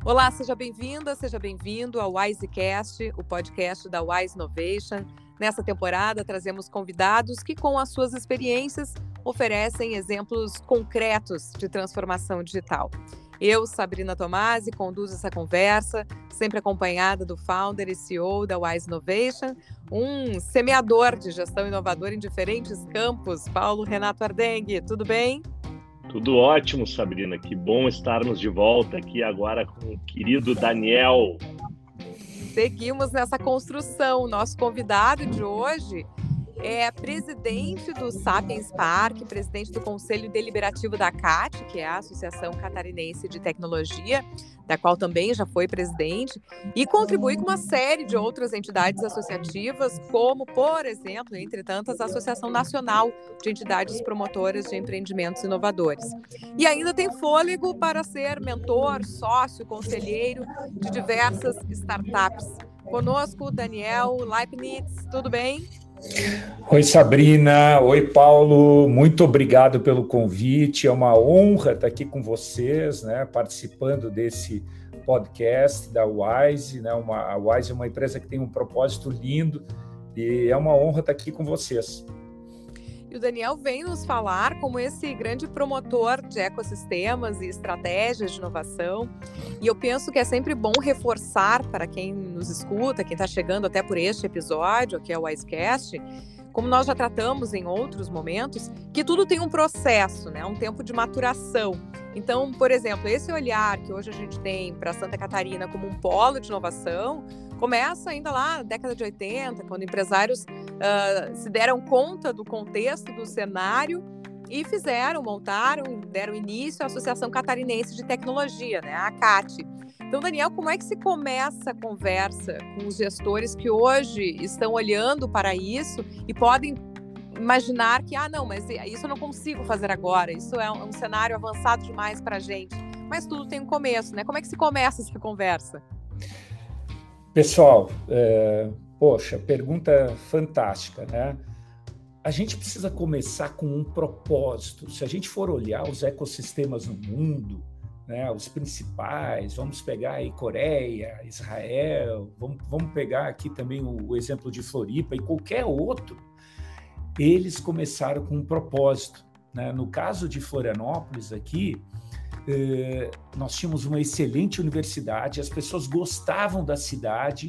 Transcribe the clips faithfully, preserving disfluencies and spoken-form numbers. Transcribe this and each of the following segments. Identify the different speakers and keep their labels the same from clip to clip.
Speaker 1: Olá, seja bem-vinda, seja bem-vindo ao WiseCast, o podcast da Wise Innovation. Nessa temporada, trazemos convidados que, com as suas experiências, oferecem exemplos concretos de transformação digital. Eu, Sabrina Tomasi, conduzo essa conversa, sempre acompanhada do founder e C E O da Wise Innovation, um semeador de gestão inovadora em diferentes campos, Paulo Renato Ardengue. Tudo bem?
Speaker 2: Tudo ótimo, Sabrina. Que bom estarmos de volta aqui agora com o querido Daniel.
Speaker 1: Seguimos nessa construção. Nosso convidado de hoje é presidente do Sapiens Park, presidente do Conselho Deliberativo da CAT, que é a Associação Catarinense de Tecnologia, da qual também já foi presidente, e contribui com uma série de outras entidades associativas, como, por exemplo, entre tantas, a Associação Nacional de Entidades Promotoras de Empreendimentos Inovadores. E ainda tem fôlego para ser mentor, sócio, conselheiro de diversas startups. Conosco, Daniel Leibnitz, tudo bem?
Speaker 3: Oi, Sabrina. Oi, Paulo. Muito obrigado pelo convite. É uma honra estar aqui com vocês, né, participando desse podcast da Wise, né? Uma, a Wise é uma empresa que tem um propósito lindo e é uma honra estar aqui com vocês.
Speaker 1: E o Daniel vem nos falar como esse grande promotor de ecossistemas e estratégias de inovação. E eu penso que é sempre bom reforçar para quem nos escuta, quem está chegando até por este episódio, que é o WiseCast, como nós já tratamos em outros momentos, que tudo tem um processo, né? Um tempo de maturação. Então, por exemplo, esse olhar que hoje a gente tem para Santa Catarina como um polo de inovação, começa ainda lá na década de oitenta, quando empresários uh, se deram conta do contexto, do cenário e fizeram, montaram, deram início à Associação Catarinense de Tecnologia, né, a CAT. Então, Daniel, como é que se começa a conversa com os gestores que hoje estão olhando para isso e podem imaginar que, ah, não, mas isso eu não consigo fazer agora, isso é um, um cenário avançado demais para a gente. Mas tudo tem um começo, né? Como é que se começa essa conversa?
Speaker 3: Pessoal, é, poxa, pergunta fantástica, né? A gente precisa começar com um propósito. Se a gente for olhar os ecossistemas no mundo, né, os principais, vamos pegar aí Coreia, Israel, vamos, vamos pegar aqui também o, o exemplo de Floripa e qualquer outro, eles começaram com um propósito, né? No caso de Florianópolis aqui, eh, nós tínhamos uma excelente universidade, as pessoas gostavam da cidade,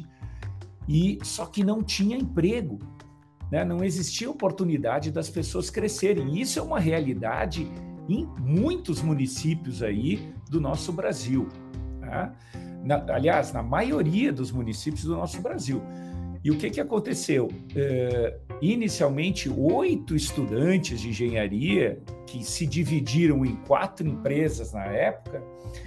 Speaker 3: e só que não tinha emprego, né? Não existia oportunidade das pessoas crescerem. E isso é uma realidade em muitos municípios aí do nosso Brasil, tá? Na, aliás, na maioria dos municípios do nosso Brasil. E o que, que aconteceu? É, inicialmente, oito estudantes de engenharia, que se dividiram em quatro empresas na época,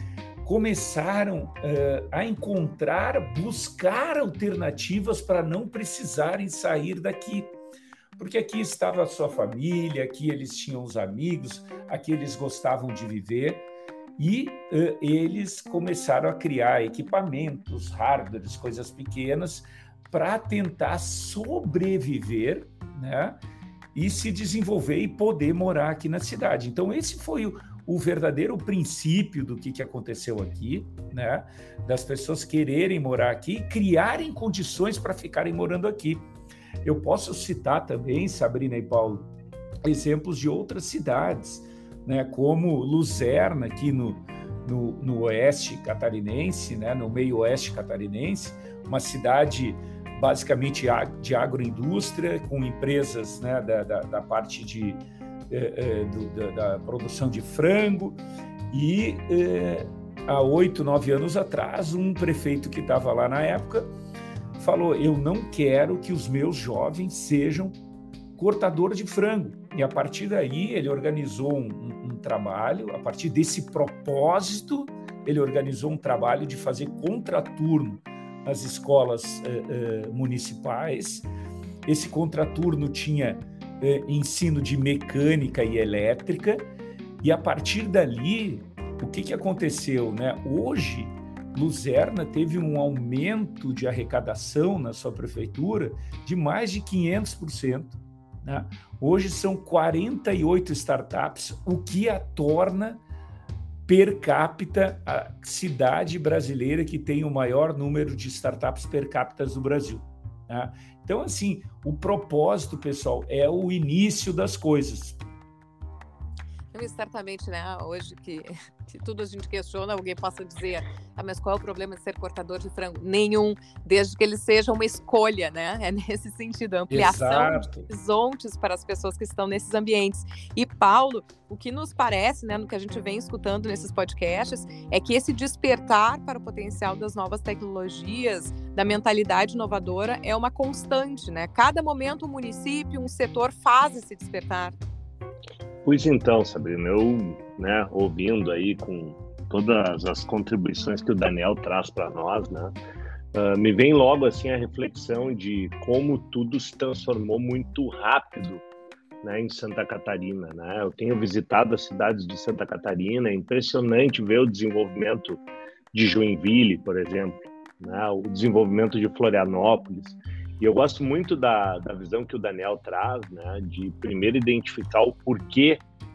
Speaker 3: começaram é, a encontrar, buscar alternativas para não precisarem sair daqui. Porque aqui estava a sua família, aqui eles tinham os amigos, aqui eles gostavam de viver, e uh, eles começaram a criar equipamentos, hardwares, coisas pequenas, para tentar sobreviver, né, e se desenvolver e poder morar aqui na cidade. Então, esse foi o, o verdadeiro princípio do que, que aconteceu aqui, né, das pessoas quererem morar aqui e criarem condições para ficarem morando aqui. Eu posso citar também, Sabrina e Paulo, exemplos de outras cidades, né, como Luzerna, aqui no, no, no oeste catarinense, né, no meio oeste catarinense, uma cidade basicamente de agroindústria, com empresas, né, da, da, da parte de, eh, eh, do, da, da produção de frango, e eh, há oito, nove anos atrás, um prefeito que estava lá na época falou: eu não quero que os meus jovens sejam cortador de frango. E a partir daí ele organizou um, um, um trabalho, a partir desse propósito, ele organizou um trabalho de fazer contraturno nas escolas eh, eh, municipais. Esse contraturno tinha eh, ensino de mecânica e elétrica, e a partir dali, o que, que aconteceu, né? Hoje, Luzerna teve um aumento de arrecadação na sua prefeitura de mais de quinhentos por cento. Né? Hoje são quarenta e oito startups, o que a torna per capita, a cidade brasileira que tem o maior número de startups per capita do Brasil. Tá? Então, assim, o propósito, pessoal, é o início das coisas.
Speaker 1: Então, certamente, né, hoje que, que tudo a gente questiona, alguém possa dizer, ah, mas qual é o problema de ser cortador de frango? Nenhum, desde que ele seja uma escolha, né? É nesse sentido, a ampliação
Speaker 3: Exato.
Speaker 1: de horizontes para as pessoas que estão nesses ambientes. E, Paulo, o que nos parece, né, no que a gente vem escutando nesses podcasts, é que esse despertar para o potencial das novas tecnologias, da mentalidade inovadora, é uma constante, né? Cada momento, um município, um setor faz esse despertar.
Speaker 2: Pois então, Sabrina, eu, né, ouvindo aí com todas as contribuições que o Daniel traz para nós, né, uh, me vem logo assim a reflexão de como tudo se transformou muito rápido, né, em Santa Catarina, né? Eu tenho visitado as cidades de Santa Catarina, é impressionante ver o desenvolvimento de Joinville, por exemplo, né, o desenvolvimento de Florianópolis. E eu gosto muito da, da visão que o Daniel traz, né, de primeiro identificar o porquê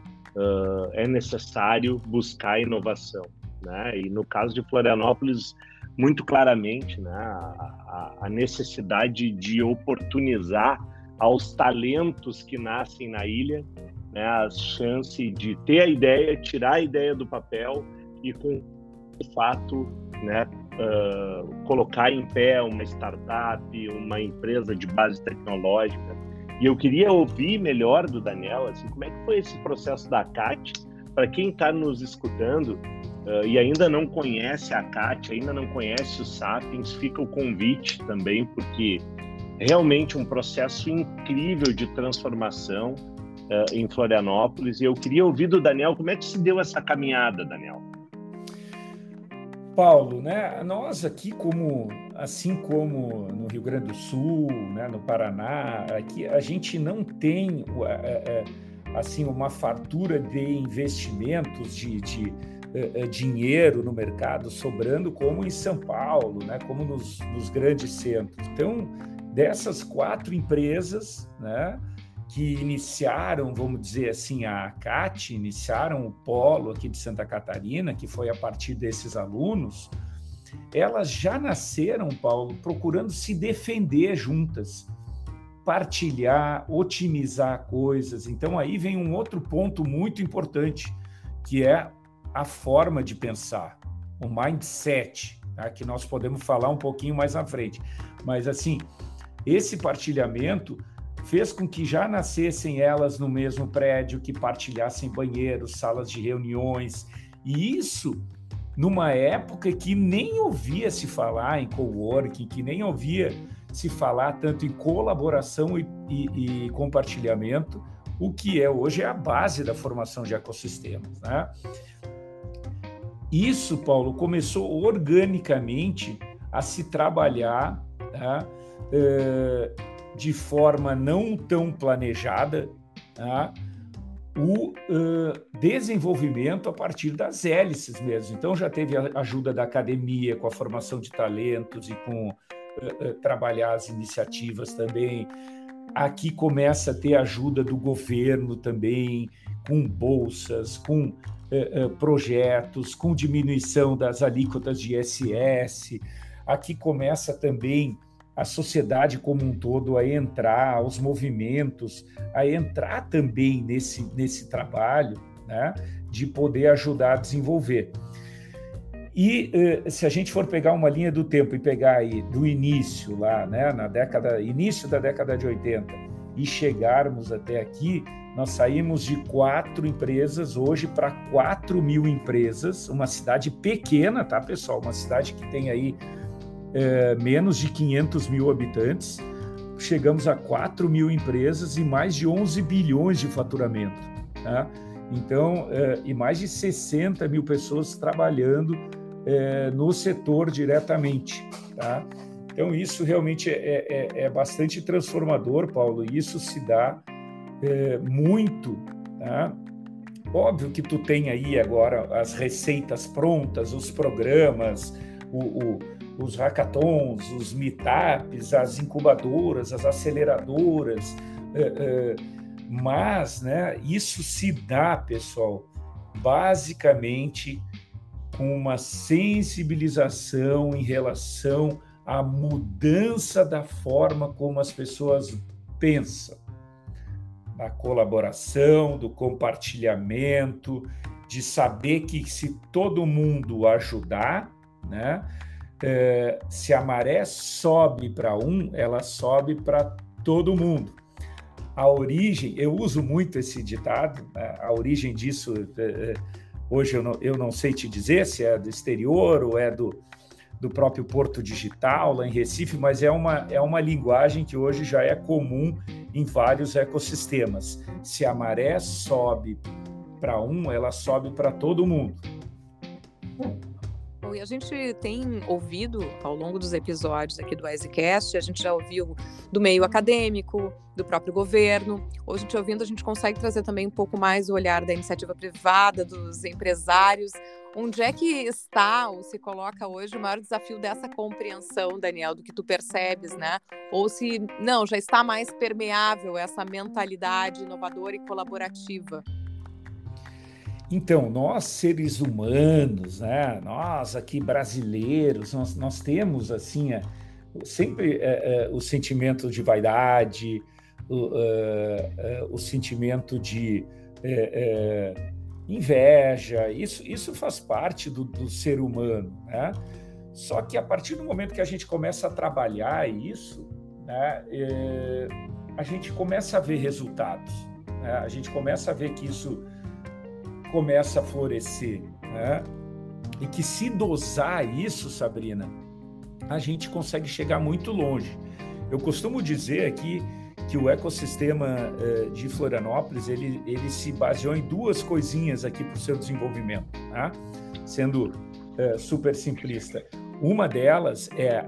Speaker 2: uh, é necessário buscar inovação, né? E no caso de Florianópolis, muito claramente, né, a, a necessidade de oportunizar aos talentos que nascem na ilha, né, a chance de ter a ideia, tirar a ideia do papel e, com o fato, né, Uh, colocar em pé uma startup, uma empresa de base tecnológica. E eu queria ouvir melhor do Daniel, assim, como é que foi esse processo da C A T? Para quem está nos escutando uh, e ainda não conhece a C A T, ainda não conhece o Sapiens, fica o convite também, porque realmente um processo incrível de transformação uh, em Florianópolis. E eu queria ouvir do Daniel como é que se deu essa caminhada, Daniel.
Speaker 3: Paulo, né, nós aqui, como, assim como no Rio Grande do Sul, né, no Paraná, aqui a gente não tem é, é, assim, uma fartura de investimentos, de, de é, dinheiro no mercado sobrando como em São Paulo, né, como nos, nos grandes centros. Então, dessas quatro empresas, né, que iniciaram, vamos dizer assim, a C A T, iniciaram o polo aqui de Santa Catarina, que foi a partir desses alunos, elas já nasceram, Paulo, procurando se defender juntas, partilhar, otimizar coisas. Então, aí vem um outro ponto muito importante, que é a forma de pensar, o mindset, tá? Que nós podemos falar um pouquinho mais à frente. Mas, assim, esse partilhamento fez com que já nascessem elas no mesmo prédio, que partilhassem banheiros, salas de reuniões, e isso numa época que nem ouvia se falar em coworking, que nem ouvia se falar tanto em colaboração e, e, e compartilhamento, o que é hoje é a base da formação de ecossistemas, né? Isso, Paulo, começou organicamente a se trabalhar, tá? Uh, de forma não tão planejada, tá? o uh, desenvolvimento a partir das hélices mesmo. Então, já teve a ajuda da academia com a formação de talentos e com uh, uh, trabalhar as iniciativas também. Aqui começa a ter ajuda do governo também, com bolsas, com uh, uh, projetos, com diminuição das alíquotas de I S S. Aqui começa também a sociedade como um todo a entrar, os movimentos, a entrar também nesse, nesse trabalho, né, de poder ajudar a desenvolver. E eh, se a gente for pegar uma linha do tempo e pegar aí do início lá, né, na década, início da década de oitenta, e chegarmos até aqui, nós saímos de quatro empresas hoje para quatro mil empresas, uma cidade pequena, tá, pessoal? Uma cidade que tem aí É, menos de quinhentos mil habitantes, chegamos a quatro mil empresas e mais de onze bilhões de faturamento, tá? Então, é, e mais de sessenta mil pessoas trabalhando é, no setor diretamente, tá? Então, isso realmente é, é, é bastante transformador, Paulo, e isso se dá é, muito, tá? Óbvio que tu tem aí agora as receitas prontas, os programas, o, o os hackathons, os meetups, as incubadoras, as aceleradoras, mas, né, isso se dá, pessoal, basicamente com uma sensibilização em relação à mudança da forma como as pessoas pensam, da colaboração, do compartilhamento, de saber que se todo mundo ajudar, né, é, se a maré sobe para um, ela sobe para todo mundo. A origem, eu uso muito esse ditado, né, a origem disso, é, hoje eu não, eu não sei te dizer se é do exterior ou é do, do próprio Porto Digital, lá em Recife, mas é uma, é uma linguagem que hoje já é comum em vários ecossistemas. Se a maré sobe para um, ela sobe para todo mundo.
Speaker 1: Bom, e a gente tem ouvido ao longo dos episódios aqui do WiseCast, a gente já ouviu do meio acadêmico, do próprio governo. Hoje, a gente ouvindo, a gente consegue trazer também um pouco mais o olhar da iniciativa privada, dos empresários. Onde é que está ou se coloca hoje o maior desafio dessa compreensão, Daniel, do que tu percebes, né? Ou se, não, já está mais permeável essa mentalidade inovadora e colaborativa?
Speaker 3: Então, nós seres humanos, né, nós aqui brasileiros, nós, nós temos assim, é, sempre é, é, o sentimento de vaidade, o, é, é, o sentimento de é, é, inveja, isso, isso faz parte do, do ser humano, né? Só que a partir do momento que a gente começa a trabalhar isso, né, é, a gente começa a ver resultados, né? A gente começa a ver que isso começa a florescer, né? E que se dosar isso, Sabrina, a gente consegue chegar muito longe. Eu costumo dizer aqui que o ecossistema eh, de Florianópolis, ele, ele se baseou em duas coisinhas aqui para o seu desenvolvimento, né? Sendo eh, super simplista. Uma delas é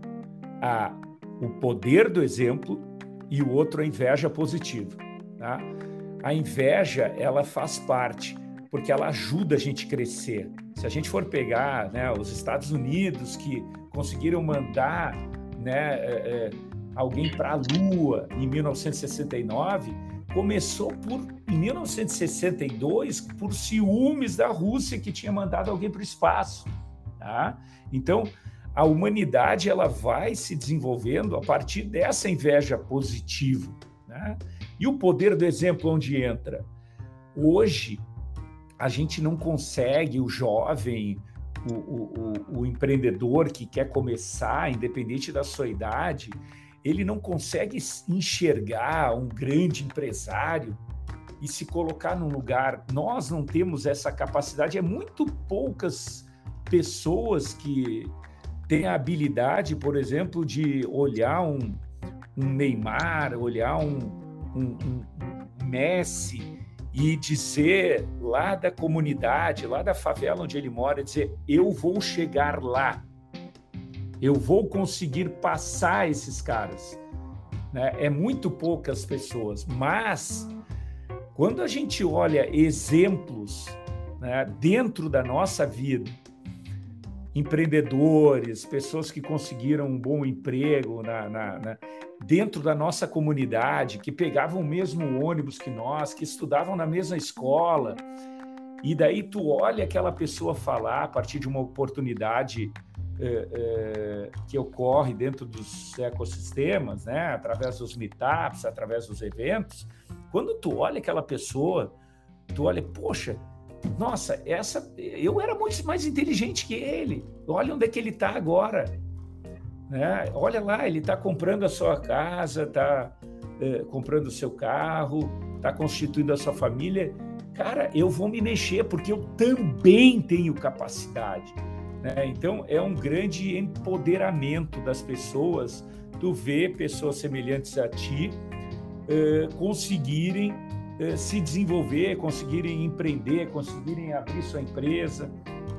Speaker 3: a, o poder do exemplo e o outro a inveja positiva, tá? A inveja, ela faz parte, porque ela ajuda a gente a crescer. Se a gente for pegar, né, os Estados Unidos, que conseguiram mandar, né, é, é, alguém para a Lua em mil novecentos e sessenta e nove, começou por, em mil novecentos e sessenta e dois por ciúmes da Rússia, que tinha mandado alguém para o espaço, tá? Então, a humanidade ela vai se desenvolvendo a partir dessa inveja positiva, né? E o poder do exemplo onde entra? Hoje, a gente não consegue, o jovem, o, o, o, o empreendedor que quer começar, independente da sua idade, ele não consegue enxergar um grande empresário e se colocar num lugar. Nós não temos essa capacidade, é muito poucas pessoas que têm a habilidade, por exemplo, de olhar um, um Neymar, olhar um, um, um, um Messi, e dizer lá da comunidade, lá da favela onde ele mora, dizer, eu vou chegar lá, eu vou conseguir passar esses caras, né? É muito poucas pessoas, mas quando a gente olha exemplos, né, dentro da nossa vida, empreendedores, pessoas que conseguiram um bom emprego na, na, na, dentro da nossa comunidade, que pegavam o mesmo ônibus que nós, que estudavam na mesma escola, e daí tu olha aquela pessoa falar a partir de uma oportunidade é, é, que ocorre dentro dos ecossistemas, né, através dos meetups, através dos eventos, quando tu olha aquela pessoa, tu olha, poxa, nossa, essa, eu era muito mais inteligente que ele. Olha onde é que ele está agora, né? Olha lá, ele está comprando a sua casa, está é, comprando o seu carro, está constituindo a sua família. Cara, eu vou me mexer porque eu também tenho capacidade, né? Então, é um grande empoderamento das pessoas, tu ver pessoas semelhantes a ti é, conseguirem se desenvolver, conseguirem empreender, conseguirem abrir sua empresa.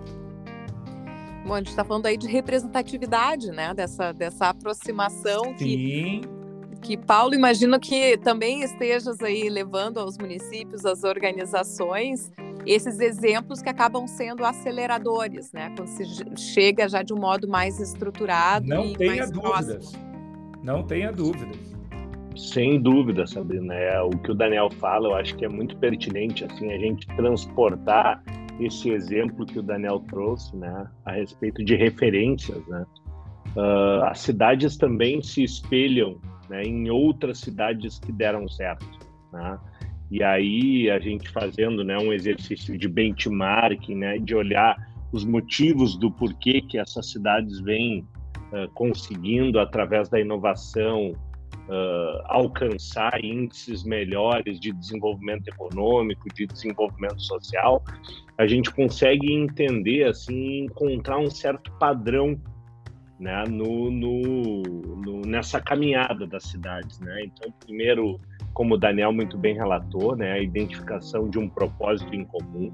Speaker 1: Bom, a gente está falando aí de representatividade, né? Dessa, dessa aproximação.
Speaker 3: Sim.
Speaker 1: Que, que Paulo, imagino que também estejas aí levando aos municípios, às organizações, esses exemplos que acabam sendo aceleradores, né? Quando se chega já de um modo mais estruturado.
Speaker 3: Não
Speaker 1: e
Speaker 3: tenha
Speaker 1: mais
Speaker 3: dúvidas.
Speaker 1: próximo.
Speaker 3: Não tenha dúvidas.
Speaker 2: Sem dúvida, Sabrina. É, o que o Daniel fala, eu acho que é muito pertinente, assim, a gente transportar esse exemplo que o Daniel trouxe, né, a respeito de referências, né? Uh, as cidades também se espelham, né, em outras cidades que deram certo, né? E aí a gente fazendo, né, um exercício de benchmarking, né, de olhar os motivos do porquê que essas cidades vêm uh, conseguindo, através da inovação, uh, alcançar índices melhores de desenvolvimento econômico, de desenvolvimento social, a gente consegue entender, assim, encontrar um certo padrão, né, no, no, no, nessa caminhada das cidades, né? Então, primeiro, como o Daniel muito bem relatou, né, a identificação de um propósito em comum.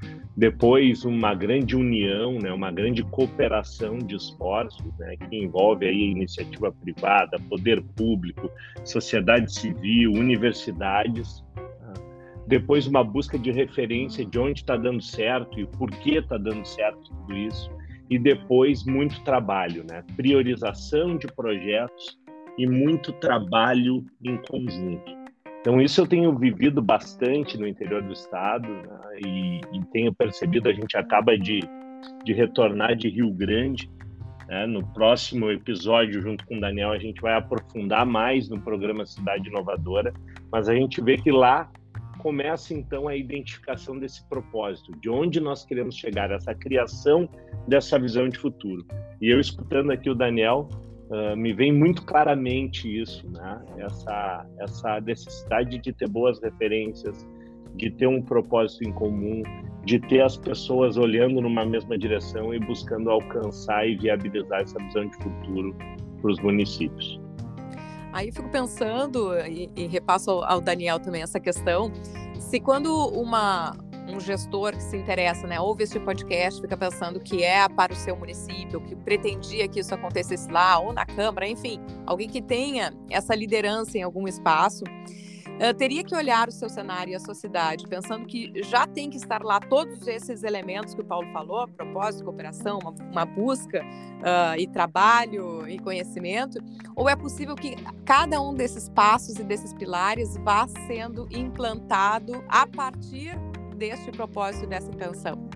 Speaker 2: Depois, uma grande união, né, uma grande cooperação de esforços, né, que envolve aí iniciativa privada, poder público, sociedade civil, universidades. Né? Depois, uma busca de referência de onde está dando certo e por que está dando certo tudo isso. E depois, muito trabalho, né? Priorização de projetos e muito trabalho em conjunto. Então, isso eu tenho vivido bastante no interior do estado, né? e, e tenho percebido, a gente acaba de, de retornar de Rio Grande, né? No próximo episódio, junto com o Daniel, a gente vai aprofundar mais no programa Cidade Inovadora, mas a gente vê que lá começa, então, a identificação desse propósito, de onde nós queremos chegar, essa criação dessa visão de futuro. E eu, escutando aqui o Daniel, uh, me vem muito claramente isso, né? Essa, essa necessidade de ter boas referências, de ter um propósito em comum, de ter as pessoas olhando numa mesma direção e buscando alcançar e viabilizar essa visão de futuro para os municípios.
Speaker 1: Aí eu fico pensando, e, e repasso ao, ao Daniel também essa questão, se quando uma, um gestor que se interessa, né, ouve este podcast, fica pensando que é para o seu município, que pretendia que isso acontecesse lá, ou na Câmara, enfim, alguém que tenha essa liderança em algum espaço, Uh, teria que olhar o seu cenário e a sua cidade, pensando que já tem que estar lá todos esses elementos que o Paulo falou, propósito, cooperação, uma, uma busca uh, e trabalho e conhecimento, ou é possível que cada um desses passos e desses pilares vá sendo implantado a partir deste propósito e dessa intenção?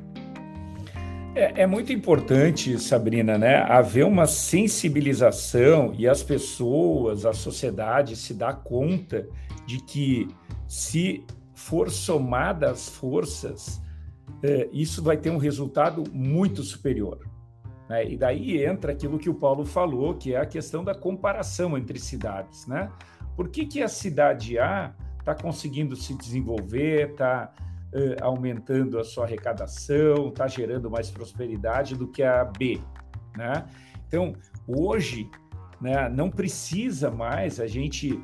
Speaker 3: É, é muito importante, Sabrina, né, haver uma sensibilização e as pessoas, a sociedade se dar conta de que, se for somada as forças, é, isso vai ter um resultado muito superior. Né? E daí entra aquilo que o Paulo falou, que é a questão da comparação entre cidades. Né? Por que que a cidade A está conseguindo se desenvolver, está é, aumentando a sua arrecadação, está gerando mais prosperidade do que a B? Né? Então, hoje, né, não precisa mais a gente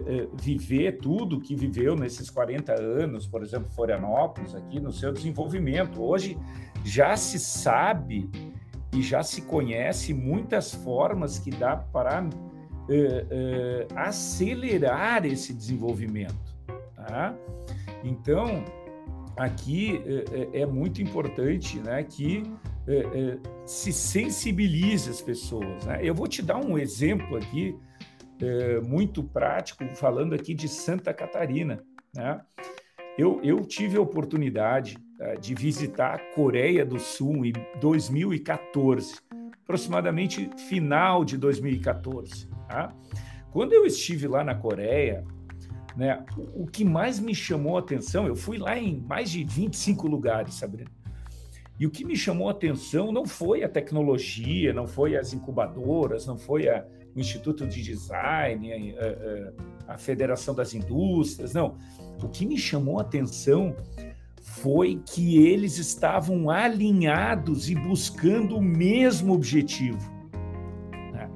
Speaker 3: viver tudo que viveu nesses quarenta anos, por exemplo, Florianópolis, aqui no seu desenvolvimento. Hoje já se sabe e já se conhece muitas formas que dá para uh, uh, acelerar esse desenvolvimento. Tá? Então, aqui uh, é muito importante, né, que uh, uh, se sensibilize as pessoas. Né? Eu vou te dar um exemplo aqui, É, muito prático, falando aqui de Santa Catarina. Né? Eu, eu tive a oportunidade uh, de visitar a Coreia do Sul em dois mil e quatorze, aproximadamente final de dois mil e quatorze. Tá? Quando eu estive lá na Coreia, né, o, o que mais me chamou a atenção, eu fui lá em mais de vinte e cinco lugares, Sabrina, e o que me chamou a atenção não foi a tecnologia, não foi as incubadoras, não foi a o Instituto de Design, a, a, a Federação das Indústrias, não. O que me chamou a atenção foi que eles estavam alinhados e buscando o mesmo objetivo. Né?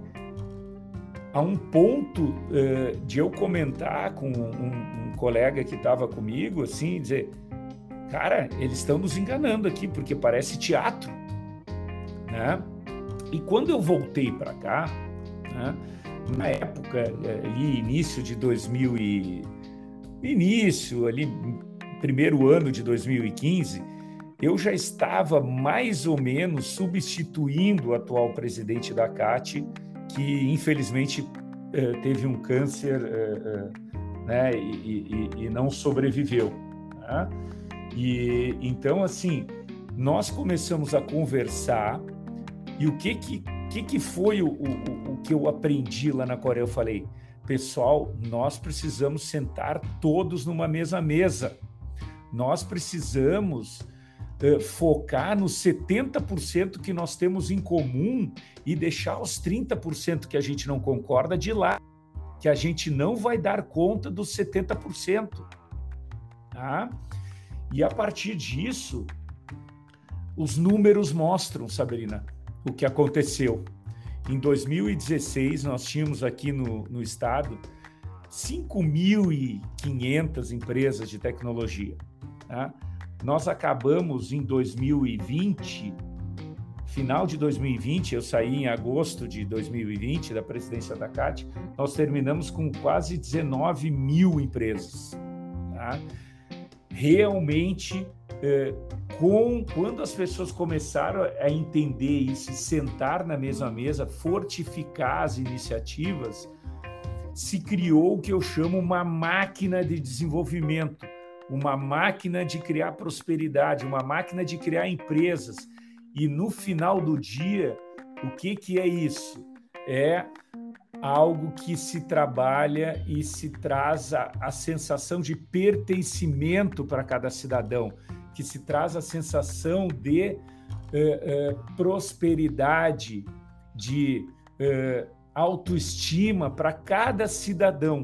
Speaker 3: A um ponto uh, de eu comentar com um, um colega que estava comigo, assim, dizer, cara, eles estão nos enganando aqui, porque parece teatro. Né? E quando eu voltei para cá, né? Na época, ali, início de dois mil e... Início, ali, primeiro ano de dois mil e quinze, eu já estava mais ou menos substituindo o atual presidente da C A T, que infelizmente uh, teve um câncer uh, uh, né, e, e, e não sobreviveu. Né? E, então, assim, nós começamos a conversar e o que que, que, que foi o, o, o que eu aprendi lá na Coreia? Eu falei, pessoal, nós precisamos sentar todos numa mesma mesa. Nós precisamos uh, focar nos setenta por cento que nós temos em comum e deixar os trinta por cento que a gente não concorda de lado, que a gente não vai dar conta dos setenta por cento. Tá? E a partir disso, os números mostram, Sabrina, o que aconteceu. Em dois mil e dezesseis, nós tínhamos aqui no, no estado cinco mil e quinhentas empresas de tecnologia. Tá? Nós acabamos em dois mil e vinte, final de dois mil e vinte, eu saí em agosto de dois mil e vinte da presidência da C A T, nós terminamos com quase dezenove mil empresas. Tá? Realmente, eh, com, quando as pessoas começaram a entender isso, sentar na mesma mesa, fortificar as iniciativas, se criou o que eu chamo uma máquina de desenvolvimento, uma máquina de criar prosperidade, uma máquina de criar empresas. E no final do dia, o que, que é isso? É algo que se trabalha e se traz a, a sensação de pertencimento para cada cidadão, que se traz a sensação de uh, uh, prosperidade, de uh, autoestima para cada cidadão.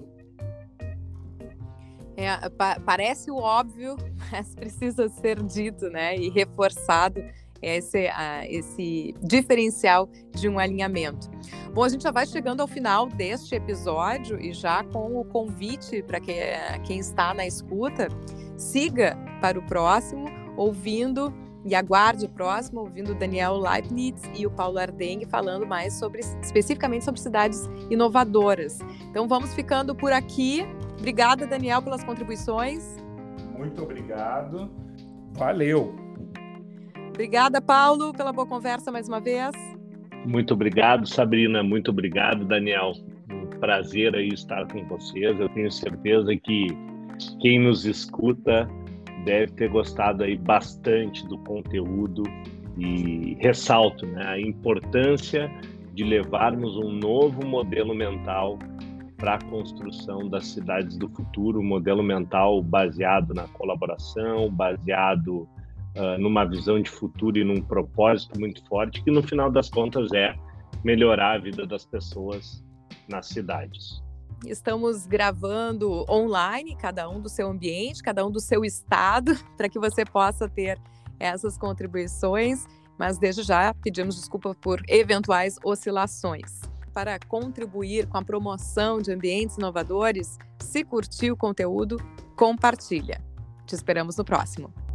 Speaker 1: É, pa- parece o óbvio, mas precisa ser dito, né? E reforçado esse, uh, esse diferencial de um alinhamento. Bom, a gente já vai chegando ao final deste episódio e já com o convite para que, quem está na escuta, siga para o próximo, ouvindo e aguarde o próximo, ouvindo o Daniel Leibniz e o Paulo Ardengue falando mais sobre, especificamente sobre cidades inovadoras. Então vamos ficando por aqui. Obrigada, Daniel, pelas contribuições.
Speaker 3: Muito obrigado. Valeu.
Speaker 1: Obrigada, Paulo, pela boa conversa mais uma vez.
Speaker 2: Muito obrigado, Sabrina. Muito obrigado, Daniel. Um prazer aí estar com vocês. Eu tenho certeza que quem nos escuta deve ter gostado aí bastante do conteúdo e ressalto, né, a importância de levarmos um novo modelo mental para a construção das cidades do futuro, um modelo mental baseado na colaboração, baseado uh, numa visão de futuro e num propósito muito forte, que no final das contas é melhorar a vida das pessoas nas cidades.
Speaker 1: Estamos gravando online, cada um do seu ambiente, cada um do seu estado, para que você possa ter essas contribuições, mas desde já pedimos desculpa por eventuais oscilações. Para contribuir com a promoção de ambientes inovadores, se curtiu o conteúdo, compartilha. Te esperamos no próximo.